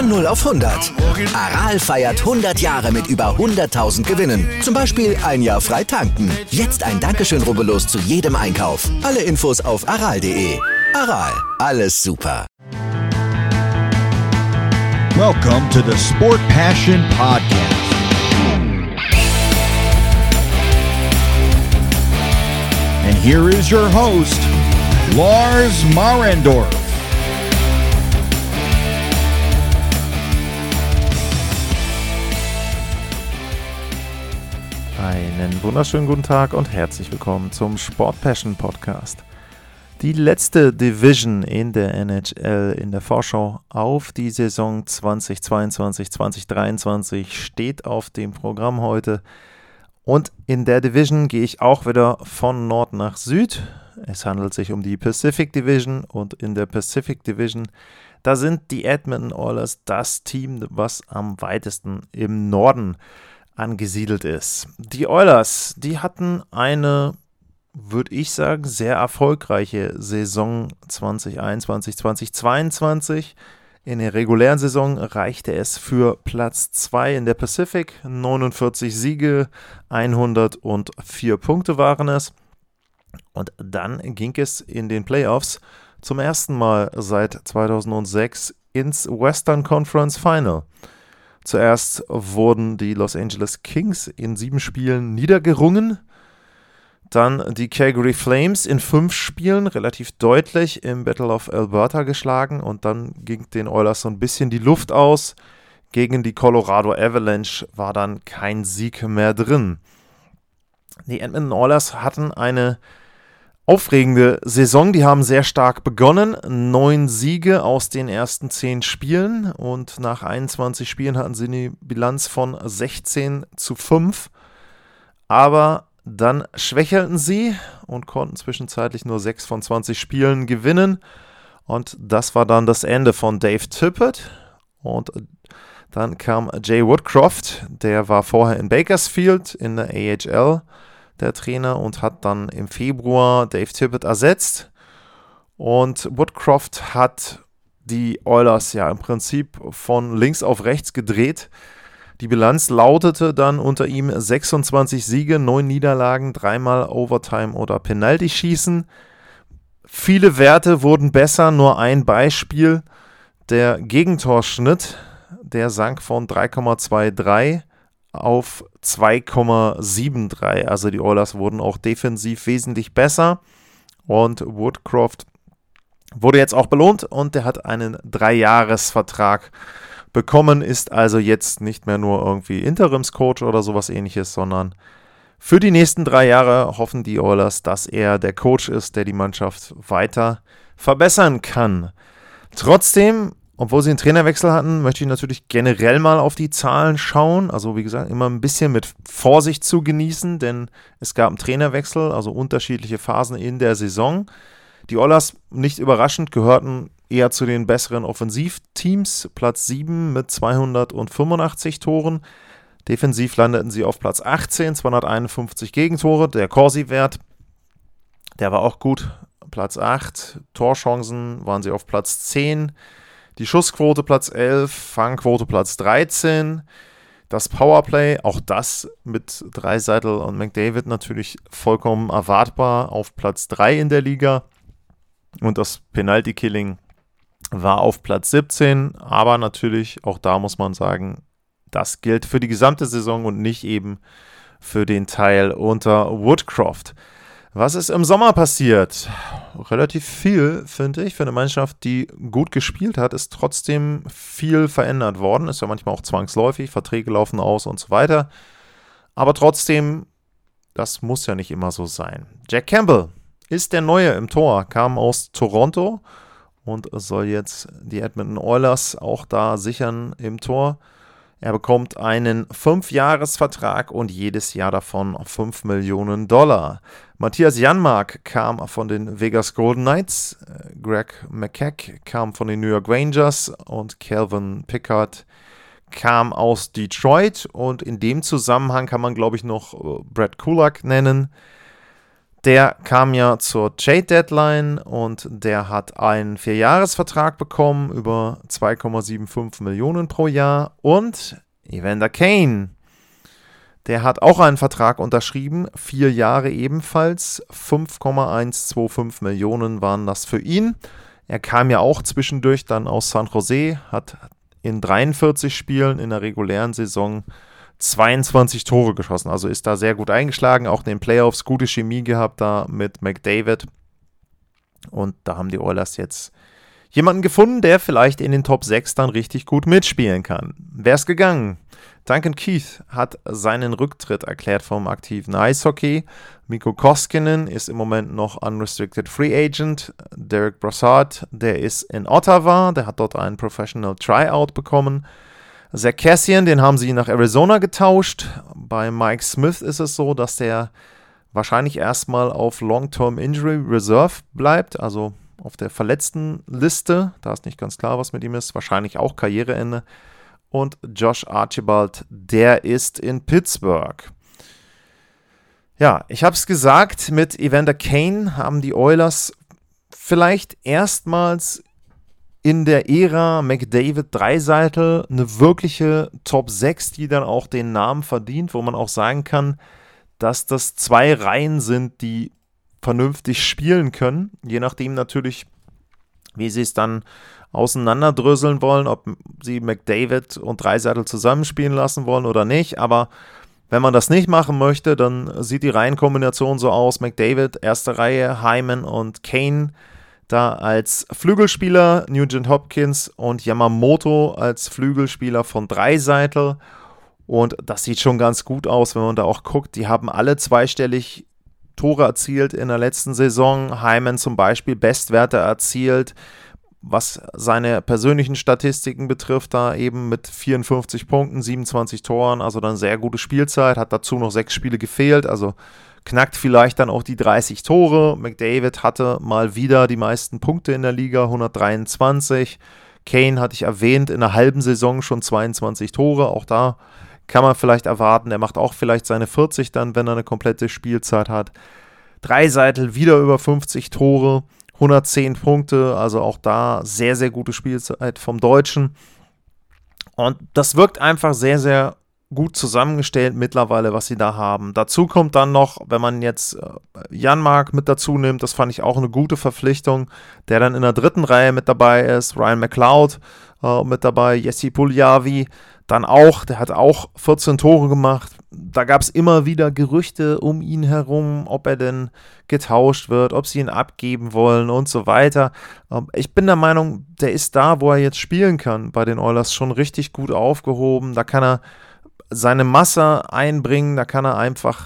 Von 0 auf 100. Aral feiert 100 Jahre mit über 100.000 Gewinnen. Zum Beispiel ein Jahr frei tanken. Jetzt ein Dankeschön, rubbellos zu jedem Einkauf. Alle Infos auf aral.de. Aral, alles super. Welcome to the Sport Passion Podcast. And here is your host, Lars Marendorf. Einen wunderschönen guten Tag und herzlich willkommen zum Sport Passion Podcast. Die letzte Division in der NHL in der Vorschau auf die Saison 2022-2023 steht auf dem Programm heute. Und in der Division gehe ich auch wieder von Nord nach Süd. Es handelt sich um die Pacific Division und in der Pacific Division, da sind die Edmonton Oilers das Team, was am weitesten im Norden angesiedelt ist. Die Oilers, die hatten eine, würde ich sagen, sehr erfolgreiche Saison 2021-2022. In der regulären Saison reichte es für Platz 2 in der Pacific. 49 Siege, 104 Punkte waren es. Und dann ging es in den Playoffs zum ersten Mal seit 2006 ins Western Conference Final. Zuerst wurden die Los Angeles Kings in 7 Spielen niedergerungen. Dann die Calgary Flames in 5 Spielen relativ deutlich im Battle of Alberta geschlagen. Und dann ging den Oilers so ein bisschen die Luft aus. Gegen die Colorado Avalanche war dann kein Sieg mehr drin. Die Edmonton Oilers hatten eine aufregende Saison, die haben sehr stark begonnen, 9 Siege aus den ersten 10 Spielen und nach 21 Spielen hatten sie eine Bilanz von 16:5, aber dann schwächelten sie und konnten zwischenzeitlich nur 6 von 20 Spielen gewinnen und das war dann das Ende von Dave Tippett und dann kam Jay Woodcroft, der war vorher in Bakersfield in der AHL, der Trainer, und hat dann im Februar Dave Tippett ersetzt. Und Woodcroft hat die Oilers ja im Prinzip von links auf rechts gedreht. Die Bilanz lautete dann unter ihm 26 Siege, 9 Niederlagen, 3-mal Overtime oder Penalty-Schießen. Viele Werte wurden besser, nur ein Beispiel. Der Gegentorschnitt, der sank von 3,23 auf 2,73. Also die Oilers wurden auch defensiv wesentlich besser und Woodcroft wurde jetzt auch belohnt und der hat einen 3-Jahres-Vertrag bekommen, ist also jetzt nicht mehr nur irgendwie Interimscoach oder sowas ähnliches, sondern für die nächsten 3 Jahre hoffen die Oilers, dass er der Coach ist, der die Mannschaft weiter verbessern kann. Trotzdem, obwohl sie einen Trainerwechsel hatten, möchte ich natürlich generell mal auf die Zahlen schauen. Also wie gesagt, immer ein bisschen mit Vorsicht zu genießen, denn es gab einen Trainerwechsel, also unterschiedliche Phasen in der Saison. Die Oilers, nicht überraschend, gehörten eher zu den besseren Offensivteams. Platz 7 mit 285 Toren. Defensiv landeten sie auf Platz 18, 251 Gegentore. Der Corsi-Wert, der war auch gut. Platz 8. Torchancen waren sie auf Platz 10. Die Schussquote Platz 11, Fangquote Platz 13, das Powerplay, auch das mit Draisaitl und McDavid natürlich vollkommen erwartbar auf Platz 3 in der Liga und das Penalty-Killing war auf Platz 17, aber natürlich, auch da muss man sagen, das gilt für die gesamte Saison und nicht eben für den Teil unter Woodcroft. Was ist im Sommer passiert? Relativ viel, finde ich. Für eine Mannschaft, die gut gespielt hat, ist trotzdem viel verändert worden. Ist ja manchmal auch zwangsläufig, Verträge laufen aus und so weiter. Aber trotzdem, das muss ja nicht immer so sein. Jack Campbell ist der Neue im Tor, kam aus Toronto und soll jetzt die Edmonton Oilers auch da sichern im Tor. Er bekommt einen 5-Jahres-Vertrag und jedes Jahr davon $5 Millionen. Matthias Janmark kam von den Vegas Golden Knights, Greg McKeck kam von den New York Rangers und Calvin Pickard kam aus Detroit. Und in dem Zusammenhang kann man, glaube ich, noch Brett Kulak nennen. Der kam ja zur Trade-Deadline und der hat einen 4-Jahres-Vertrag bekommen über 2,75 Millionen pro Jahr. Und Evander Kane, der hat auch einen Vertrag unterschrieben, 4 Jahre ebenfalls, 5,125 Millionen waren das für ihn. Er kam ja auch zwischendurch dann aus San Jose, hat in 43 Spielen in der regulären Saison 22 Tore geschossen, also ist da sehr gut eingeschlagen, auch in den Playoffs gute Chemie gehabt da mit McDavid und da haben die Oilers jetzt jemanden gefunden, der vielleicht in den Top 6 dann richtig gut mitspielen kann. Wer ist gegangen? Duncan Keith hat seinen Rücktritt erklärt vom aktiven Eishockey. Mikko Koskinen ist im Moment noch Unrestricted Free Agent. Derek Brassard, der ist in Ottawa, der hat dort einen Professional Tryout bekommen. Zach Kassian, den haben sie nach Arizona getauscht. Bei Mike Smith ist es so, dass der wahrscheinlich erstmal auf Long-Term Injury Reserve bleibt, also auf der verletzten Liste. Da ist nicht ganz klar, was mit ihm ist. Wahrscheinlich auch Karriereende. Und Josh Archibald, der ist in Pittsburgh. Ja, ich habe es gesagt, mit Evander Kane haben die Oilers vielleicht erstmals in der Ära McDavid-Draisaitl eine wirkliche Top 6, die dann auch den Namen verdient, wo man auch sagen kann, dass das 2 Reihen sind, die vernünftig spielen können, je nachdem natürlich, wie sie es dann auseinanderdröseln wollen, ob sie McDavid und Draisaitl zusammenspielen lassen wollen oder nicht, aber wenn man das nicht machen möchte, dann sieht die Reihenkombination so aus, McDavid, erste Reihe, Hyman und Kane da als Flügelspieler, Nugent Hopkins und Yamamoto als Flügelspieler von Draisaitl und das sieht schon ganz gut aus, wenn man da auch guckt, die haben alle zweistellig Tore erzielt in der letzten Saison, Hyman zum Beispiel Bestwerte erzielt, was seine persönlichen Statistiken betrifft, da eben mit 54 Punkten, 27 Toren, also dann sehr gute Spielzeit, hat dazu noch 6 Spiele gefehlt, also knackt vielleicht dann auch die 30 Tore. McDavid hatte mal wieder die meisten Punkte in der Liga, 123. Kane hatte ich erwähnt, in einer halben Saison schon 22 Tore, auch da kann man vielleicht erwarten, er macht auch vielleicht seine 40 dann, wenn er eine komplette Spielzeit hat. Draisaitl wieder über 50 Tore, 110 Punkte, also auch da sehr, sehr gute Spielzeit vom Deutschen. Und das wirkt einfach sehr, sehr gut zusammengestellt mittlerweile, was sie da haben. Dazu kommt dann noch, wenn man jetzt Janmark mit dazu nimmt, das fand ich auch eine gute Verpflichtung, der dann in der 3. Reihe mit dabei ist, Ryan McLeod mit dabei, Jesse Puljujarvi dann auch, der hat auch 14 Tore gemacht. Da gab es immer wieder Gerüchte um ihn herum, ob er denn getauscht wird, ob sie ihn abgeben wollen und so weiter. Ich bin der Meinung, der ist da, wo er jetzt spielen kann, bei den Oilers schon richtig gut aufgehoben. Da kann er seine Masse einbringen, da kann er einfach,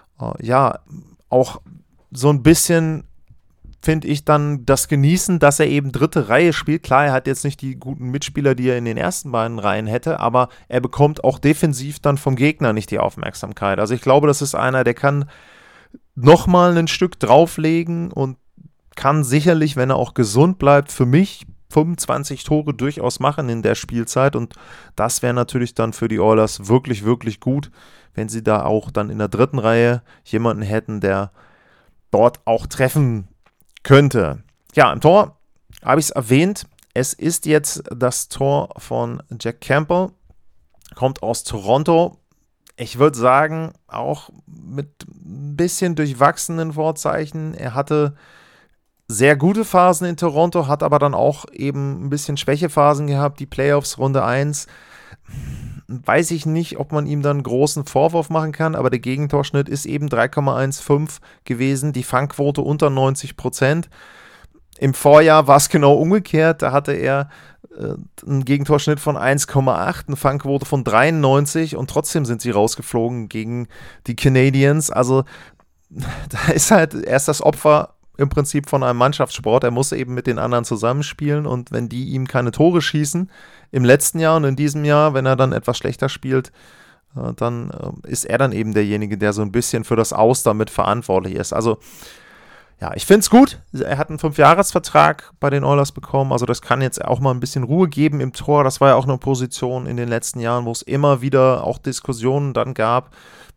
auch so ein bisschen, finde ich, dann das genießen, dass er eben 3. Reihe spielt. Klar, er hat jetzt nicht die guten Mitspieler, die er in den ersten beiden Reihen hätte, aber er bekommt auch defensiv dann vom Gegner nicht die Aufmerksamkeit. Also ich glaube, das ist einer, der kann nochmal ein Stück drauflegen und kann sicherlich, wenn er auch gesund bleibt, für mich 25 Tore durchaus machen in der Spielzeit und das wäre natürlich dann für die Oilers wirklich, wirklich gut, wenn sie da auch dann in der 3. Reihe jemanden hätten, der dort auch treffen könnte. Ja, im Tor habe ich es erwähnt, es ist jetzt das Tor von Jack Campbell, kommt aus Toronto. Ich würde sagen, auch mit ein bisschen durchwachsenen Vorzeichen. Er hatte sehr gute Phasen in Toronto, hat aber dann auch eben ein bisschen Schwächephasen gehabt. Die Playoffs Runde 1, weiß ich nicht, ob man ihm dann einen großen Vorwurf machen kann, aber der Gegentorschnitt ist eben 3,15 gewesen, die Fangquote unter 90%. Im Vorjahr war es genau umgekehrt, da hatte er einen Gegentorschnitt von 1,8, eine Fangquote von 93 und trotzdem sind sie rausgeflogen gegen die Canadiens. Also da ist halt erst das Opfer im Prinzip von einem Mannschaftssport. Er muss eben mit den anderen zusammenspielen und wenn die ihm keine Tore schießen, im letzten Jahr und in diesem Jahr, wenn er dann etwas schlechter spielt, dann ist er dann eben derjenige, der so ein bisschen für das Aus damit verantwortlich ist. Also ja, ich finde es gut. Er hat einen 5-Jahres-Vertrag bei den Oilers bekommen, also das kann jetzt auch mal ein bisschen Ruhe geben im Tor. Das war ja auch eine Position in den letzten Jahren, wo es immer wieder auch Diskussionen dann gab.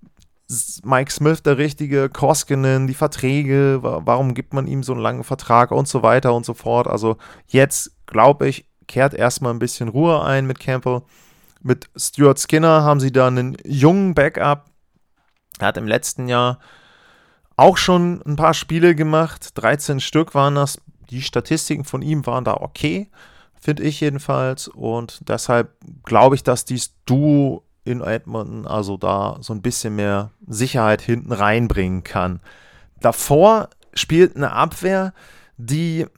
Mike Smith der richtige, Koskinen, die Verträge, warum gibt man ihm so einen langen Vertrag und so weiter und so fort. Also jetzt, glaube ich, kehrt erstmal ein bisschen Ruhe ein mit Campbell. Mit Stuart Skinner haben sie da einen jungen Backup. Er hat im letzten Jahr auch schon ein paar Spiele gemacht. 13 Stück waren das. Die Statistiken von ihm waren da okay, finde ich jedenfalls. Und deshalb glaube ich, dass dieses Duo in Edmonton also da so ein bisschen mehr Sicherheit hinten reinbringen kann. Davor spielt eine Abwehr, die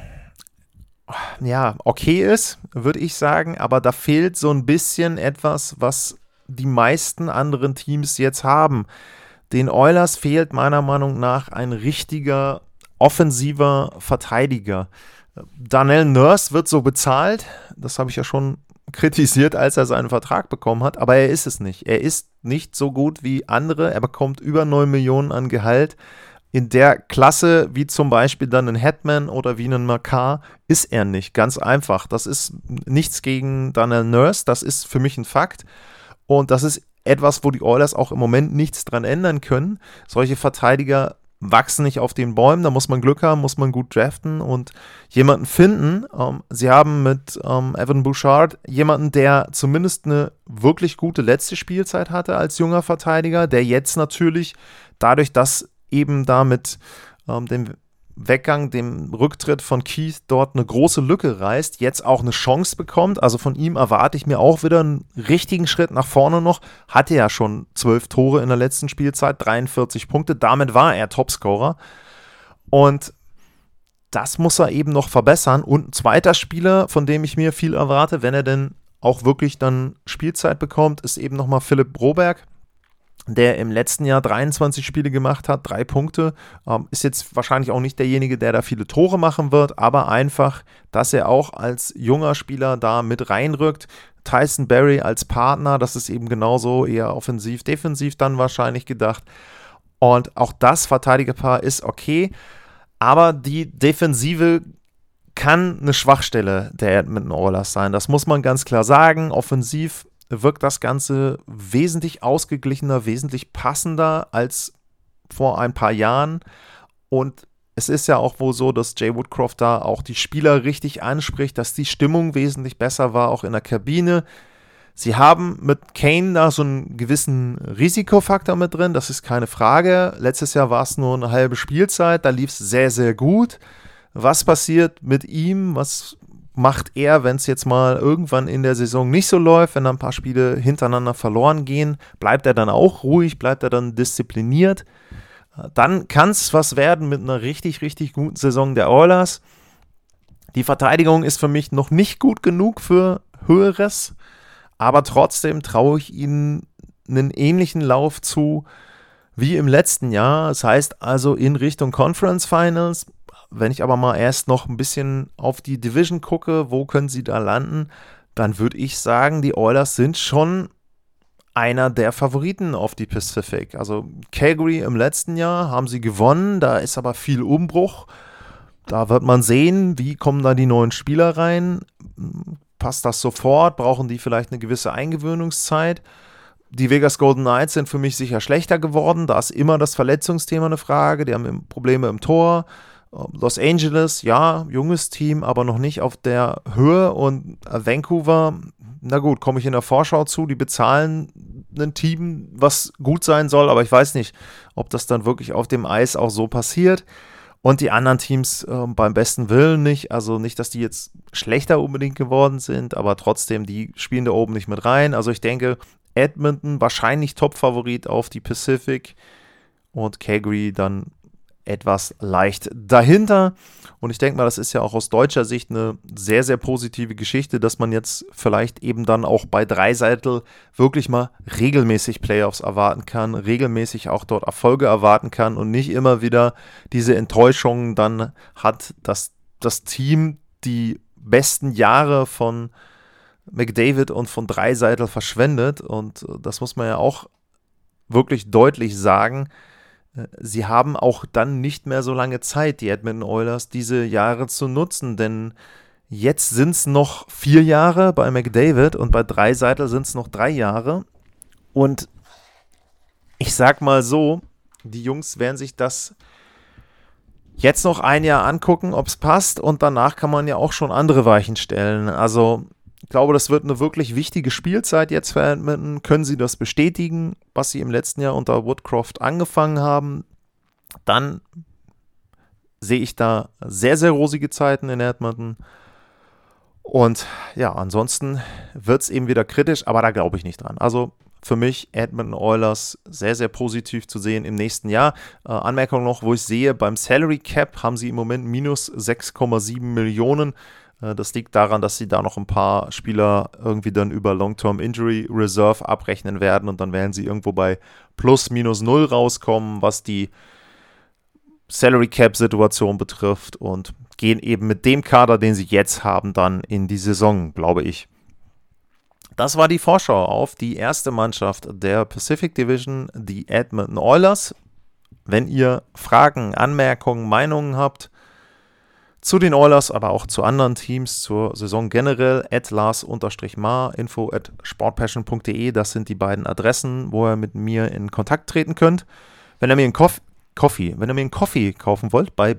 ja okay ist, würde ich sagen, aber da fehlt so ein bisschen etwas, was die meisten anderen Teams jetzt haben. Den Oilers fehlt meiner Meinung nach ein richtiger offensiver Verteidiger. Darnell Nurse wird so bezahlt, das habe ich ja schon kritisiert, als er seinen Vertrag bekommen hat, aber er ist es nicht. Er ist nicht so gut wie andere, er bekommt über 9 Millionen an Gehalt. In der Klasse, wie zum Beispiel dann ein Hetman oder wie ein Makar, ist er nicht. Ganz einfach. Das ist nichts gegen Darnell Nurse, das ist für mich ein Fakt. Und das ist etwas, wo die Oilers auch im Moment nichts dran ändern können. Solche Verteidiger wachsen nicht auf den Bäumen, da muss man Glück haben, muss man gut draften und jemanden finden. Sie haben mit Evan Bouchard jemanden, der zumindest eine wirklich gute letzte Spielzeit hatte als junger Verteidiger, der jetzt natürlich dadurch, dass eben da mit dem Weggang, dem Rücktritt von Keith dort eine große Lücke reißt, jetzt auch eine Chance bekommt. Also von ihm erwarte ich mir auch wieder einen richtigen Schritt nach vorne noch. Hatte ja schon 12 Tore in der letzten Spielzeit, 43 Punkte. Damit war er Topscorer. Und das muss er eben noch verbessern. Und ein zweiter Spieler, von dem ich mir viel erwarte, wenn er denn auch wirklich dann Spielzeit bekommt, ist eben nochmal Philipp Broberg, der im letzten Jahr 23 Spiele gemacht hat, 3 Punkte, ist jetzt wahrscheinlich auch nicht derjenige, der da viele Tore machen wird, aber einfach, dass er auch als junger Spieler da mit reinrückt. Tyson Barrie als Partner, das ist eben genauso eher offensiv, defensiv dann wahrscheinlich gedacht. Und auch das Verteidigerpaar ist okay, aber die Defensive kann eine Schwachstelle der Edmonton Oilers sein. Das muss man ganz klar sagen. Offensiv wirkt das Ganze wesentlich ausgeglichener, wesentlich passender als vor ein paar Jahren. Und es ist ja auch wohl so, dass Jay Woodcroft da auch die Spieler richtig anspricht, dass die Stimmung wesentlich besser war, auch in der Kabine. Sie haben mit Kane da so einen gewissen Risikofaktor mit drin, das ist keine Frage. Letztes Jahr war es nur eine halbe Spielzeit, da lief es sehr, sehr gut. Was passiert mit ihm? Was macht er, wenn es jetzt mal irgendwann in der Saison nicht so läuft, wenn da ein paar Spiele hintereinander verloren gehen? Bleibt er dann auch ruhig? Bleibt er dann diszipliniert? Dann kann es was werden mit einer richtig, richtig guten Saison der Oilers. Die Verteidigung ist für mich noch nicht gut genug für Höheres, aber trotzdem traue ich ihnen einen ähnlichen Lauf zu wie im letzten Jahr. Das heißt also in Richtung Conference Finals. Wenn ich aber mal erst noch ein bisschen auf die Division gucke, wo können sie da landen, dann würde ich sagen, die Oilers sind schon einer der Favoriten auf die Pacific. Also Calgary im letzten Jahr haben sie gewonnen, da ist aber viel Umbruch. Da wird man sehen, wie kommen da die neuen Spieler rein. Passt das sofort? Brauchen die vielleicht eine gewisse Eingewöhnungszeit? Die Vegas Golden Knights sind für mich sicher schlechter geworden. Da ist immer das Verletzungsthema eine Frage. Die haben Probleme im Tor. Los Angeles, ja, junges Team, aber noch nicht auf der Höhe. Und Vancouver, na gut, komme ich in der Vorschau zu, die bezahlen ein Team, was gut sein soll, aber ich weiß nicht, ob das dann wirklich auf dem Eis auch so passiert. Und die anderen Teams beim besten Willen nicht, also nicht, dass die jetzt schlechter unbedingt geworden sind, aber trotzdem, die spielen da oben nicht mit rein. Also ich denke, Edmonton wahrscheinlich Top-Favorit auf die Pacific und Calgary dann etwas leicht dahinter. Und ich denke mal, das ist ja auch aus deutscher Sicht eine sehr, sehr positive Geschichte, dass man jetzt vielleicht eben dann auch bei Draisaitl wirklich mal regelmäßig Playoffs erwarten kann, regelmäßig auch dort Erfolge erwarten kann und nicht immer wieder diese Enttäuschungen dann hat, dass das Team die besten Jahre von McDavid und von Draisaitl verschwendet. Und das muss man ja auch wirklich deutlich sagen. Sie haben auch dann nicht mehr so lange Zeit, die Edmonton Oilers, diese Jahre zu nutzen, denn jetzt sind es noch 4 Jahre bei McDavid und bei Draisaitl sind es noch 3 Jahre und ich sag mal so, die Jungs werden sich das jetzt noch ein Jahr angucken, ob es passt, und danach kann man ja auch schon andere Weichen stellen. Also ich glaube, das wird eine wirklich wichtige Spielzeit jetzt für Edmonton. Können sie das bestätigen, was sie im letzten Jahr unter Woodcroft angefangen haben, dann sehe ich da sehr, sehr rosige Zeiten in Edmonton. Und ja, ansonsten wird es eben wieder kritisch, aber da glaube ich nicht dran. Also für mich Edmonton Oilers sehr, sehr positiv zu sehen im nächsten Jahr. Anmerkung noch, wo ich sehe, beim Salary Cap haben sie im Moment minus 6,7 Millionen. Das liegt daran, dass sie da noch ein paar Spieler irgendwie dann über Long-Term Injury Reserve abrechnen werden und dann werden sie irgendwo bei plus minus 0 rauskommen, was die Salary Cap Situation betrifft, und gehen eben mit dem Kader, den sie jetzt haben, dann in die Saison, glaube ich. Das war die Vorschau auf die erste Mannschaft der Pacific Division, die Edmonton Oilers. Wenn ihr Fragen, Anmerkungen, Meinungen habt zu den Oilers, aber auch zu anderen Teams, zur Saison generell, @Lars_Mar, info@sportpassion.de, das sind die beiden Adressen, wo ihr mit mir in Kontakt treten könnt. Wenn ihr mir einen Coffee kaufen wollt, bei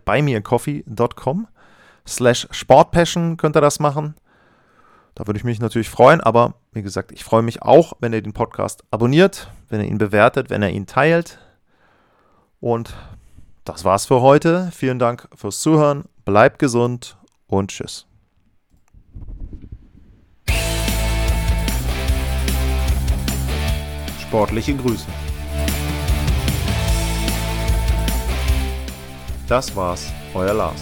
buymeacoffee.com/sportpassion könnt ihr das machen. Da würde ich mich natürlich freuen, aber wie gesagt, ich freue mich auch, wenn ihr den Podcast abonniert, wenn ihr ihn bewertet, wenn ihr ihn teilt. Und das war's für heute. Vielen Dank fürs Zuhören, bleibt gesund und tschüss. Sportliche Grüße. Das war's, euer Lars.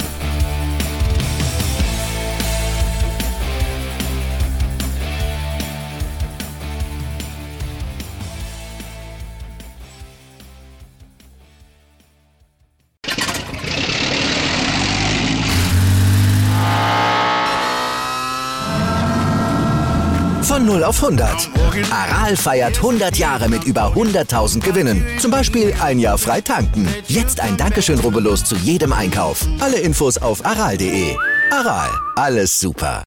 Von 0 auf 100. Aral feiert 100 Jahre mit über 100.000 Gewinnen. Zum Beispiel ein Jahr frei tanken. Jetzt ein Dankeschön, rubbellos zu jedem Einkauf. Alle Infos auf aral.de. Aral, alles super.